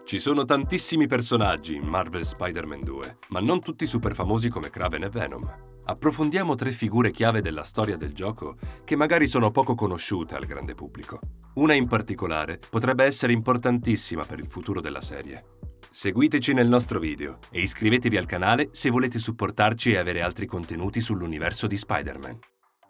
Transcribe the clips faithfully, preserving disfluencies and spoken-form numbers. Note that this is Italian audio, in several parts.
Ci sono tantissimi personaggi in Marvel Spider-Man due, ma non tutti super famosi come Kraven e Venom. Approfondiamo tre figure chiave della storia del gioco che magari sono poco conosciute al grande pubblico. Una in particolare potrebbe essere importantissima per il futuro della serie. Seguiteci nel nostro video e iscrivetevi al canale se volete supportarci e avere altri contenuti sull'universo di Spider-Man.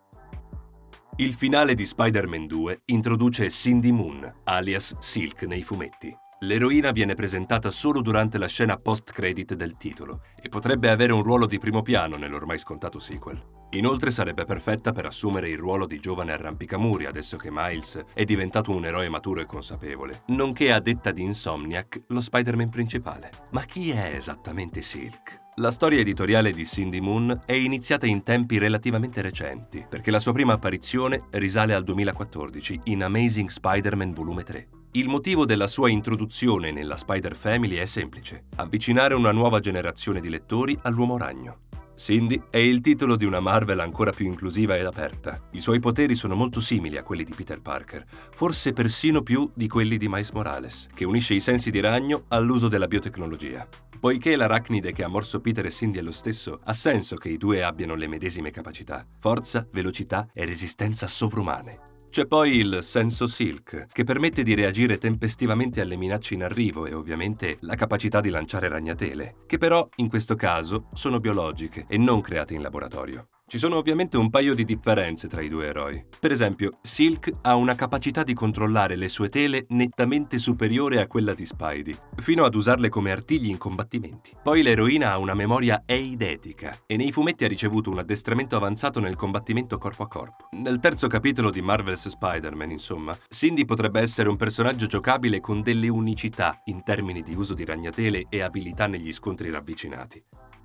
Il finale di Spider-Man due introduce Cindy Moon, alias Silk nei fumetti. L'eroina viene presentata solo durante la scena post-credit del titolo e potrebbe avere un ruolo di primo piano nell'ormai scontato sequel. Inoltre sarebbe perfetta per assumere il ruolo di giovane arrampicamuri adesso che Miles è diventato un eroe maturo e consapevole, nonché a detta di Insomniac lo Spider-Man principale. Ma chi è esattamente Silk? La storia editoriale di Cindy Moon è iniziata in tempi relativamente recenti, perché la sua prima apparizione risale al duemilaquattordici in Amazing Spider-Man volume tre. Il motivo della sua introduzione nella Spider-Family è semplice: avvicinare una nuova generazione di lettori all'Uomo Ragno. Cindy è il titolo di una Marvel ancora più inclusiva ed aperta. I suoi poteri sono molto simili a quelli di Peter Parker, forse persino più di quelli di Miles Morales, che unisce i sensi di ragno all'uso della biotecnologia. Poiché l'arachnide che ha morso Peter e Cindy è lo stesso, ha senso che i due abbiano le medesime capacità: forza, velocità e resistenza sovrumane. C'è poi il senso Silk, che permette di reagire tempestivamente alle minacce in arrivo e ovviamente la capacità di lanciare ragnatele, che però in questo caso sono biologiche e non create in laboratorio. Ci sono ovviamente un paio di differenze tra i due eroi. Per esempio, Silk ha una capacità di controllare le sue tele nettamente superiore a quella di Spidey, fino ad usarle come artigli in combattimenti. Poi l'eroina ha una memoria eidetica e nei fumetti ha ricevuto un addestramento avanzato nel combattimento corpo a corpo. Nel terzo capitolo di Marvel's Spider-Man, insomma, Cindy potrebbe essere un personaggio giocabile con delle unicità in termini di uso di ragnatele e abilità negli scontri ravvicinati.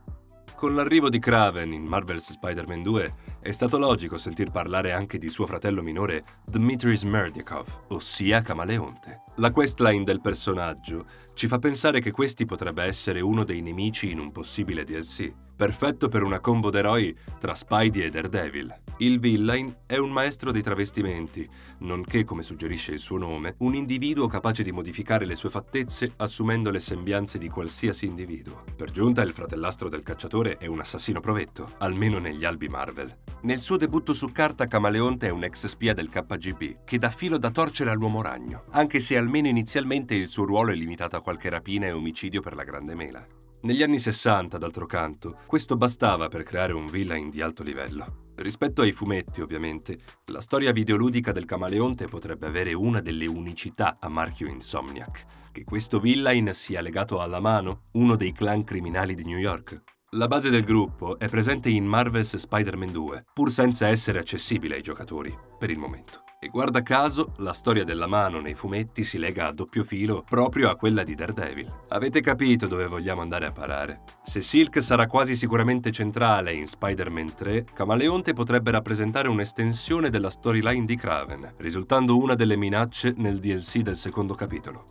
Con l'arrivo di Kraven in Marvel's Spider-Man due è stato logico sentir parlare anche di suo fratello minore Dmitry Smerdjakov, ossia Camaleonte. La questline del personaggio ci fa pensare che questi potrebbe essere uno dei nemici in un possibile D L C, perfetto per una combo d'eroi tra Spidey e Daredevil. Il villain è un maestro dei travestimenti, nonché, come suggerisce il suo nome, un individuo capace di modificare le sue fattezze assumendo le sembianze di qualsiasi individuo. Per giunta, il fratellastro del cacciatore è un assassino provetto, almeno negli albi Marvel. Nel suo debutto su carta, Camaleonte è un ex spia del K G B che dà filo da torcere all'Uomo Ragno, anche se almeno inizialmente il suo ruolo è limitato a qualche rapina e omicidio per la Grande Mela. Negli anni sessanta, d'altro canto, questo bastava per creare un villain di alto livello. Rispetto ai fumetti, ovviamente, la storia videoludica del Camaleonte potrebbe avere una delle unicità a marchio Insomniac: che questo villain sia legato alla Mano, uno dei clan criminali di New York. La base del gruppo è presente in Marvel's Spider-Man due, pur senza essere accessibile ai giocatori, per il momento. E guarda caso, la storia della Mano nei fumetti si lega a doppio filo proprio a quella di Daredevil. Avete capito dove vogliamo andare a parare? Se Silk sarà quasi sicuramente centrale in Spider-Man tre, Camaleonte potrebbe rappresentare un'estensione della storyline di Kraven, risultando una delle minacce nel D L C del secondo capitolo.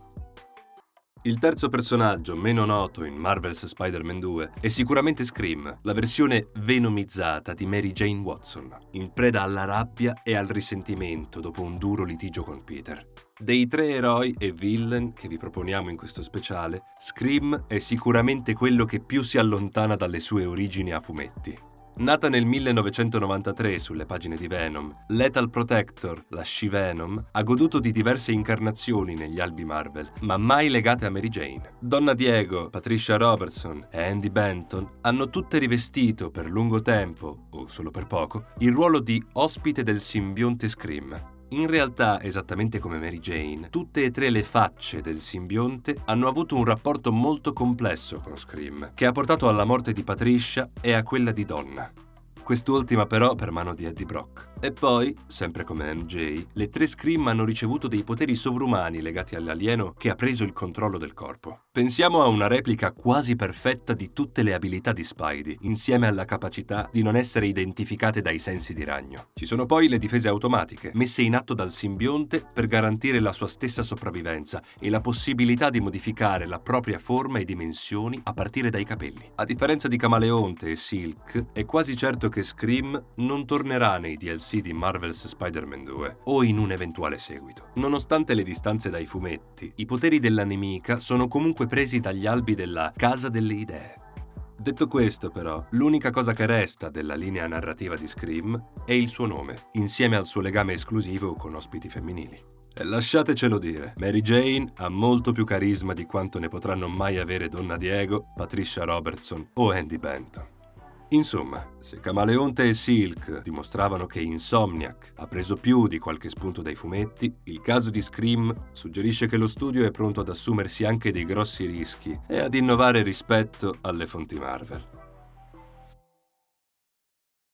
Il terzo personaggio meno noto in Marvel's Spider-Man due è sicuramente Scream, la versione venomizzata di Mary Jane Watson, in preda alla rabbia e al risentimento dopo un duro litigio con Peter. Dei tre eroi e villain che vi proponiamo in questo speciale, Scream è sicuramente quello che più si allontana dalle sue origini a fumetti. Nata nel millenovecentonovantatré sulle pagine di Venom, Lethal Protector, la She-Venom, ha goduto di diverse incarnazioni negli albi Marvel, ma mai legate a Mary Jane. Donna Diego, Patricia Robertson e Andy Benton hanno tutte rivestito per lungo tempo, o solo per poco, il ruolo di ospite del simbionte Scream. In realtà, esattamente come Mary Jane, tutte e tre le facce del simbionte hanno avuto un rapporto molto complesso con Scream, che ha portato alla morte di Patricia e a quella di Donna. Quest'ultima però per mano di Eddie Brock. E poi, sempre come M J, le tre Scream hanno ricevuto dei poteri sovrumani legati all'alieno che ha preso il controllo del corpo. Pensiamo a una replica quasi perfetta di tutte le abilità di Spidey, insieme alla capacità di non essere identificate dai sensi di ragno. Ci sono poi le difese automatiche, messe in atto dal simbionte per garantire la sua stessa sopravvivenza e la possibilità di modificare la propria forma e dimensioni a partire dai capelli. A differenza di Camaleonte e Silk, è quasi certo che che Scream non tornerà nei D L C di Marvel's Spider-Man due o in un eventuale seguito. Nonostante le distanze dai fumetti, i poteri della nemica sono comunque presi dagli albi della Casa delle Idee. Detto questo, però, l'unica cosa che resta della linea narrativa di Scream è il suo nome, insieme al suo legame esclusivo con ospiti femminili. E lasciatecelo dire, Mary Jane ha molto più carisma di quanto ne potranno mai avere Donna Diego, Patricia Robertson o Andy Benton. Insomma, se Camaleonte e Silk dimostravano che Insomniac ha preso più di qualche spunto dai fumetti, il caso di Scream suggerisce che lo studio è pronto ad assumersi anche dei grossi rischi e ad innovare rispetto alle fonti Marvel.